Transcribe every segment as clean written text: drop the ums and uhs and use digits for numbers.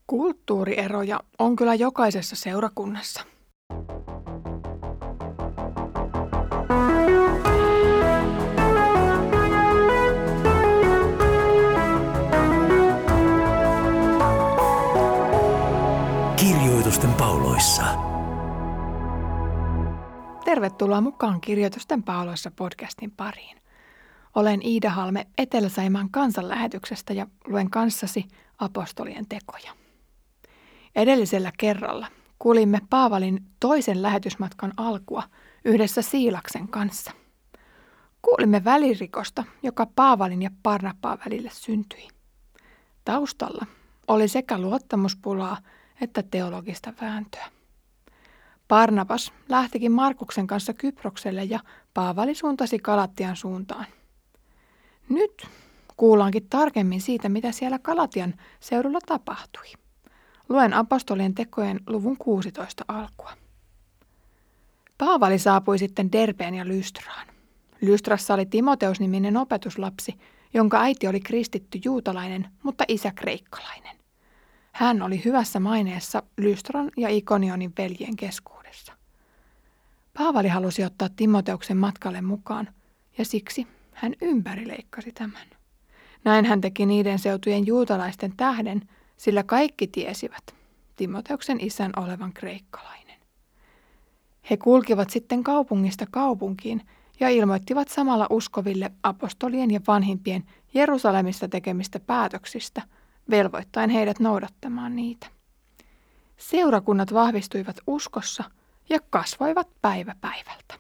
Kulttuurieroja on kyllä jokaisessa seurakunnassa. Kirjoitusten pauloissa. Tervetuloa mukaan Kirjoitusten pauloissa podcastin pariin. Olen Iida Halme Etelä-Saimaan kansanlähetyksestä ja luen kanssasi apostolien tekoja. Edellisellä kerralla kuulimme Paavalin toisen lähetysmatkan alkua yhdessä Siilaksen kanssa. Kuulimme välirikosta, joka Paavalin ja Barnabaan välille syntyi. Taustalla oli sekä luottamuspulaa että teologista vääntöä. Barnabas lähtikin Markuksen kanssa Kyprokselle ja Paavali suuntasi Galatian suuntaan. Nyt kuullaankin tarkemmin siitä, mitä siellä Galatian seudulla tapahtui. Luen apostolien tekojen luvun 16 alkua. Paavali saapui sitten Derbeen ja Lystraan. Lystrassa oli Timoteus-niminen opetuslapsi, jonka äiti oli kristitty juutalainen, mutta isä kreikkalainen. Hän oli hyvässä maineessa Lystran ja Ikonionin veljien keskuudessa. Paavali halusi ottaa Timoteuksen matkalle mukaan, ja siksi hän ympärileikkasi tämän. Näin hän teki niiden seutujen juutalaisten tähden, sillä kaikki tiesivät Timoteuksen isän olevan kreikkalainen. He kulkivat sitten kaupungista kaupunkiin ja ilmoittivat samalla uskoville apostolien ja vanhimpien Jerusalemista tekemistä päätöksistä, velvoittaen heidät noudattamaan niitä. Seurakunnat vahvistuivat uskossa ja kasvoivat päivä päivältä.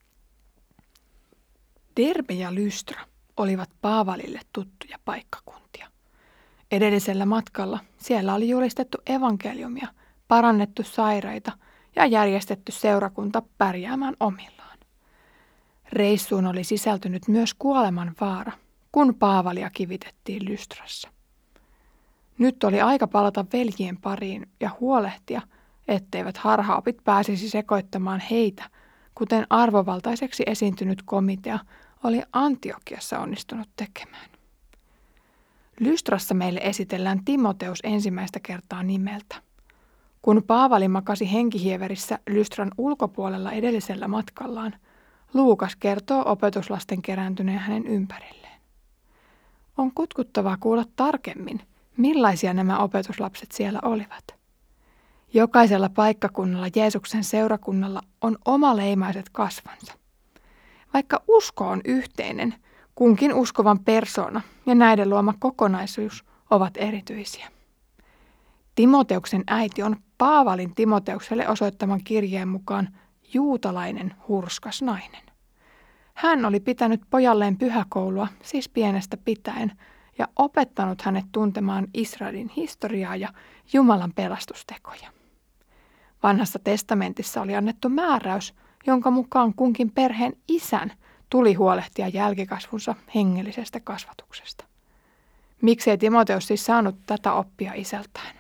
Derbe ja Lystra olivat Paavalille tuttuja paikkakuntia. Edellisellä matkalla siellä oli julistettu evankeliumia, parannettu sairaita ja järjestetty seurakunta pärjäämään omillaan. Reissuun oli sisältynyt myös kuoleman vaara, kun Paavalia kivitettiin Lystrassa. Nyt oli aika palata veljien pariin ja huolehtia, etteivät harhaopit pääsisi sekoittamaan heitä, kuten arvovaltaiseksi esiintynyt komitea oli Antiokiassa onnistunut tekemään. Lystrassa meille esitellään Timoteus ensimmäistä kertaa nimeltä. Kun Paavali makasi henkihieverissä Lystran ulkopuolella edellisellä matkallaan, Luukas kertoo opetuslasten kerääntyneen hänen ympärilleen. On kutkuttavaa kuulla tarkemmin, millaisia nämä opetuslapset siellä olivat. Jokaisella paikkakunnalla Jeesuksen seurakunnalla on omaleimaiset kasvansa. Vaikka usko on yhteinen, kunkin uskovan persoona ja näiden luoma kokonaisuus ovat erityisiä. Timoteuksen äiti on Paavalin Timoteukselle osoittaman kirjeen mukaan juutalainen hurskas nainen. Hän oli pitänyt pojalleen pyhäkoulua, siis pienestä pitäen, ja opettanut hänet tuntemaan Israelin historiaa ja Jumalan pelastustekoja. Vanhassa testamentissa oli annettu määräys, jonka mukaan kunkin perheen isän tuli huolehtia jälkikasvunsa hengellisestä kasvatuksesta. Miksei Timoteus siis saanut tätä oppia isältään?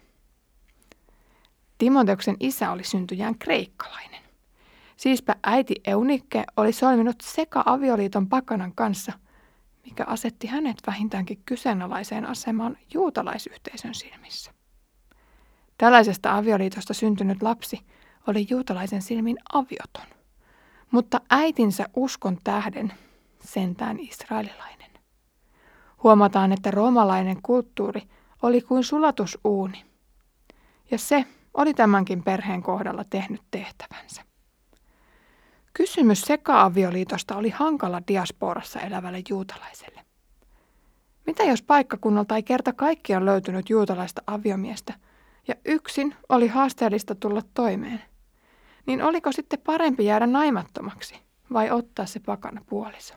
Timoteuksen isä oli syntyjään kreikkalainen. Siispä äiti Eunike oli solminut seka-avioliiton pakanan kanssa, mikä asetti hänet vähintäänkin kyseenalaiseen asemaan juutalaisyhteisön silmissä. Tällaisesta avioliitosta syntynyt lapsi oli juutalaisen silmin avioton, mutta äitinsä uskon tähden sentään israelilainen. Huomataan, että roomalainen kulttuuri oli kuin sulatusuuni, ja se oli tämänkin perheen kohdalla tehnyt tehtävänsä. Kysymys seka-avioliitosta oli hankala diasporassa elävälle juutalaiselle. Mitä jos paikkakunnalta ei kerta kaikkiaan löytynyt juutalaista aviomiestä ja yksin oli haasteellista tulla toimeen? Niin oliko sitten parempi jäädä naimattomaksi vai ottaa se pakana puoliso?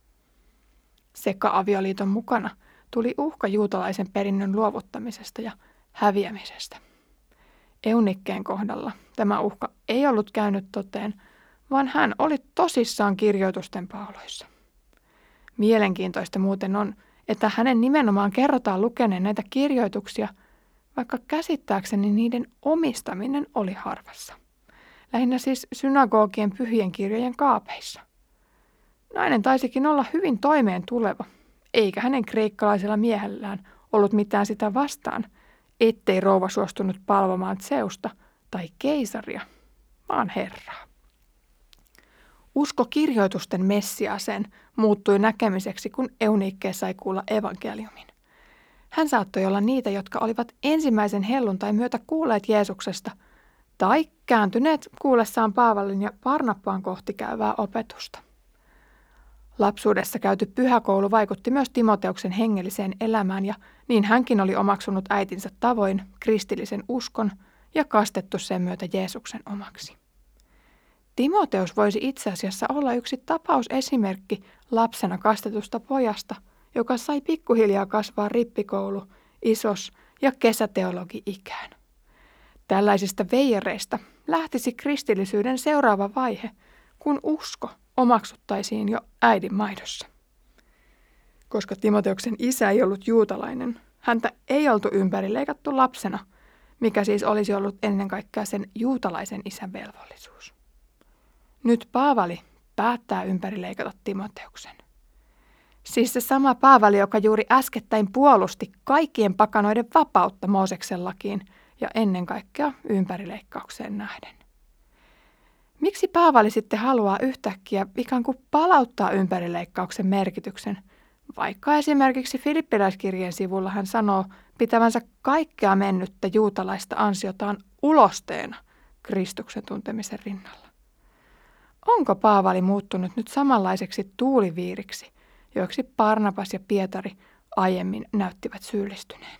Seka-avioliiton mukana tuli uhka juutalaisen perinnön luovuttamisesta ja häviämisestä. Eunikkeen kohdalla tämä uhka ei ollut käynyt toteen, vaan hän oli tosissaan kirjoitusten pauloissa. Mielenkiintoista muuten on, että hänen nimenomaan kerrotaan lukeneen näitä kirjoituksia, vaikka käsittääkseni niiden omistaminen oli harvassa. Lähinnä siis synagogien pyhien kirjojen kaapeissa. Nainen taisikin olla hyvin toimeen tuleva, eikä hänen kreikkalaisella miehellään ollut mitään sitä vastaan, ettei rouva suostunut palvomaan Zeusta tai keisaria, vaan Herraa. Usko kirjoitusten Messiaaseen muuttui näkemiseksi, kun Eunikke sai kuulla evankeliumin. Hän saattoi olla niitä, jotka olivat ensimmäisen helluntain myötä kuulleet Jeesuksesta tai kääntyneet kuullessaan Paavalin ja Barnabbaan kohti käyvää opetusta. Lapsuudessa käyty pyhäkoulu vaikutti myös Timoteuksen hengelliseen elämään ja niin hänkin oli omaksunut äitinsä tavoin kristillisen uskon ja kastettu sen myötä Jeesuksen omaksi. Timoteus voisi itse asiassa olla yksi tapausesimerkki lapsena kastetusta pojasta, joka sai pikkuhiljaa kasvaa rippikoulu, isos- ja kesäteologi-ikään. Tällaisista veijereistä lähtisi kristillisyyden seuraava vaihe, kun usko omaksuttaisiin jo äidin maidossa. Koska Timoteuksen isä ei ollut juutalainen, häntä ei oltu ympärileikattu lapsena, mikä siis olisi ollut ennen kaikkea sen juutalaisen isän velvollisuus. Nyt Paavali päättää ympärileikata Timoteuksen. Siis se sama Paavali, joka juuri äskettäin puolusti kaikkien pakanoiden vapautta Mooseksen lakiin ja ennen kaikkea ympärileikkaukseen nähden. Miksi Paavali sitten haluaa yhtäkkiä ikään kuin palauttaa ympärileikkauksen merkityksen, vaikka esimerkiksi Filippiläiskirjeen sivulla hän sanoo pitävänsä kaikkea mennyttä juutalaista ansiotaan ulosteena Kristuksen tuntemisen rinnalla? Onko Paavali muuttunut nyt samanlaiseksi tuuliviiriksi, joiksi Barnabas ja Pietari aiemmin näyttivät syyllistyneen?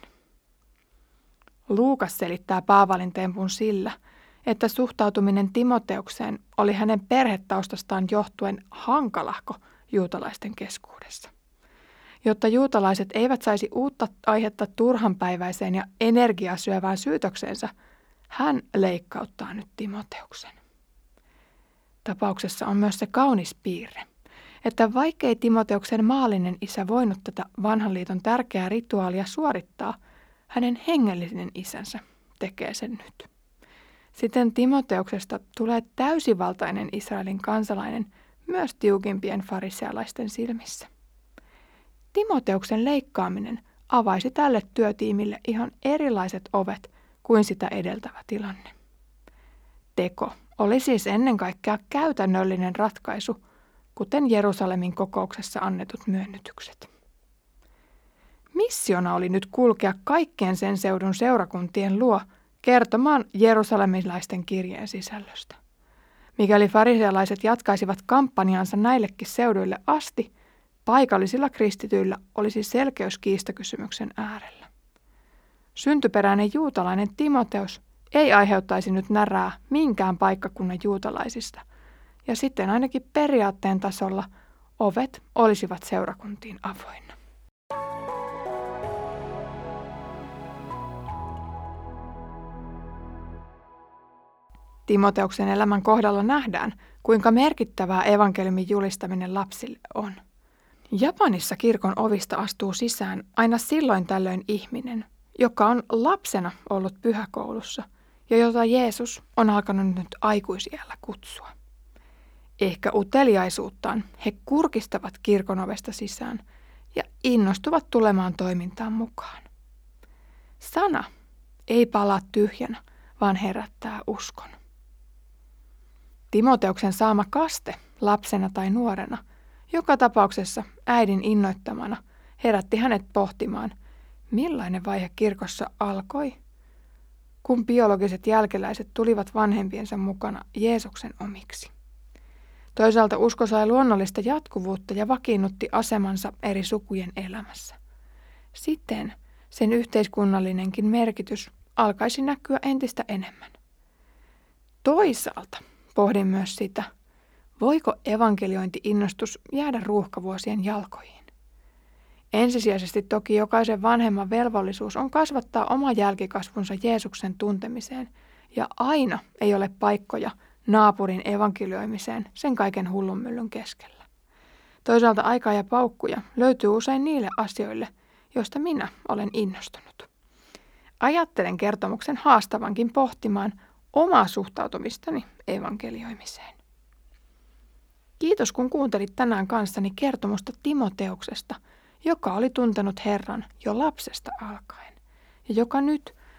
Luukas selittää Paavalin tempun sillä, että suhtautuminen Timoteukseen oli hänen perhetaustastaan johtuen hankalahko juutalaisten keskuudessa. Jotta juutalaiset eivät saisi uutta aihetta turhanpäiväiseen ja energiaa syövään syytökseensä, hän leikkauttaa nyt Timoteuksen. Tapauksessa on myös se kaunis piirre, että vaikkei Timoteuksen maallinen isä voinut tätä vanhan liiton tärkeää rituaalia suorittaa, hänen hengellinen isänsä tekee sen nyt. Siten Timoteuksesta tulee täysivaltainen Israelin kansalainen myös tiukimpien farisealaisten silmissä. Timoteuksen leikkaaminen avaisi tälle työtiimille ihan erilaiset ovet kuin sitä edeltävä tilanne. Teko oli siis ennen kaikkea käytännöllinen ratkaisu, kuten Jerusalemin kokouksessa annetut myönnytykset. Missiona oli nyt kulkea kaikkien sen seudun seurakuntien luo kertomaan jerusalemilaisten kirjeen sisällöstä. Mikäli farisealaiset jatkaisivat kampanjansa näillekin seuduille asti, paikallisilla kristityillä olisi selkeys kiistakysymyksen äärellä. Syntyperäinen juutalainen Timoteus ei aiheuttaisi nyt närää minkään paikkakunnan juutalaisista, ja sitten ainakin periaatteen tasolla ovet olisivat seurakuntiin avoinna. Timoteuksen elämän kohdalla nähdään, kuinka merkittävää evankeliumin julistaminen lapsille on. Japanissa kirkon ovista astuu sisään aina silloin tällöin ihminen, joka on lapsena ollut pyhäkoulussa ja jota Jeesus on alkanut nyt aikuisiällä kutsua. Ehkä uteliaisuuttaan he kurkistavat kirkon ovesta sisään ja innostuvat tulemaan toimintaan mukaan. Sana ei palaa tyhjänä, vaan herättää uskon. Timoteuksen saama kaste lapsena tai nuorena, joka tapauksessa äidin innoittamana, herätti hänet pohtimaan, millainen vaihe kirkossa alkoi, kun biologiset jälkeläiset tulivat vanhempiensa mukana Jeesuksen omiksi. Toisaalta usko sai luonnollista jatkuvuutta ja vakiinnutti asemansa eri sukujen elämässä. Siten sen yhteiskunnallinenkin merkitys alkaisi näkyä entistä enemmän. Toisaalta pohdin myös sitä, voiko evankeliointi-innostus jäädä ruuhkavuosien jalkoihin. Ensisijaisesti toki jokaisen vanhemman velvollisuus on kasvattaa oma jälkikasvunsa Jeesuksen tuntemiseen, ja aina ei ole paikkoja naapurin evankelioimiseen sen kaiken hullunmyllyn keskellä. Toisaalta aikaa ja paukkuja löytyy usein niille asioille, joista minä olen innostunut. Ajattelen kertomuksen haastavankin pohtimaan omaa suhtautumistani evankelioimiseen. Kiitos kun kuuntelit tänään kanssani kertomusta Timoteuksesta, joka oli tuntenut Herran jo lapsesta alkaen ja joka nyt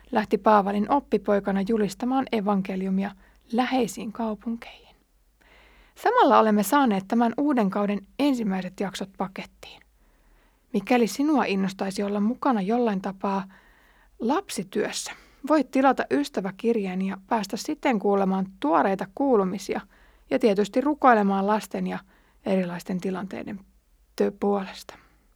lähti Paavalin oppipoikana julistamaan evankeliumia läheisiin kaupunkeihin. Samalla olemme saaneet tämän uuden kauden ensimmäiset jaksot pakettiin. Mikäli sinua innostaisi olla mukana jollain tapaa lapsityössä, voit tilata ystäväkirjeen ja päästä sitten kuulemaan tuoreita kuulumisia ja tietysti rukoilemaan lasten ja erilaisten tilanteiden puolesta.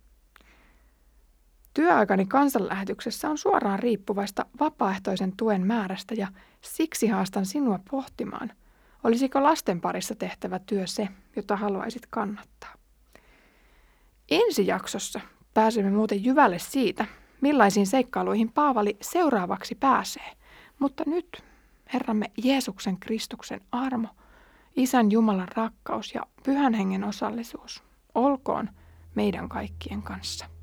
Työaikani kansanlähetyksessä on suoraan riippuvaista vapaaehtoisen tuen määrästä ja siksi haastan sinua pohtimaan, olisiko lasten parissa tehtävä työ se, jota haluaisit kannattaa. Ensi jaksossa pääsemme muuten jyvälle siitä, millaisiin seikkailuihin Paavali seuraavaksi pääsee. Mutta nyt Herramme Jeesuksen Kristuksen armo, Isän Jumalan rakkaus ja Pyhän Hengen osallisuus olkoon meidän kaikkien kanssa.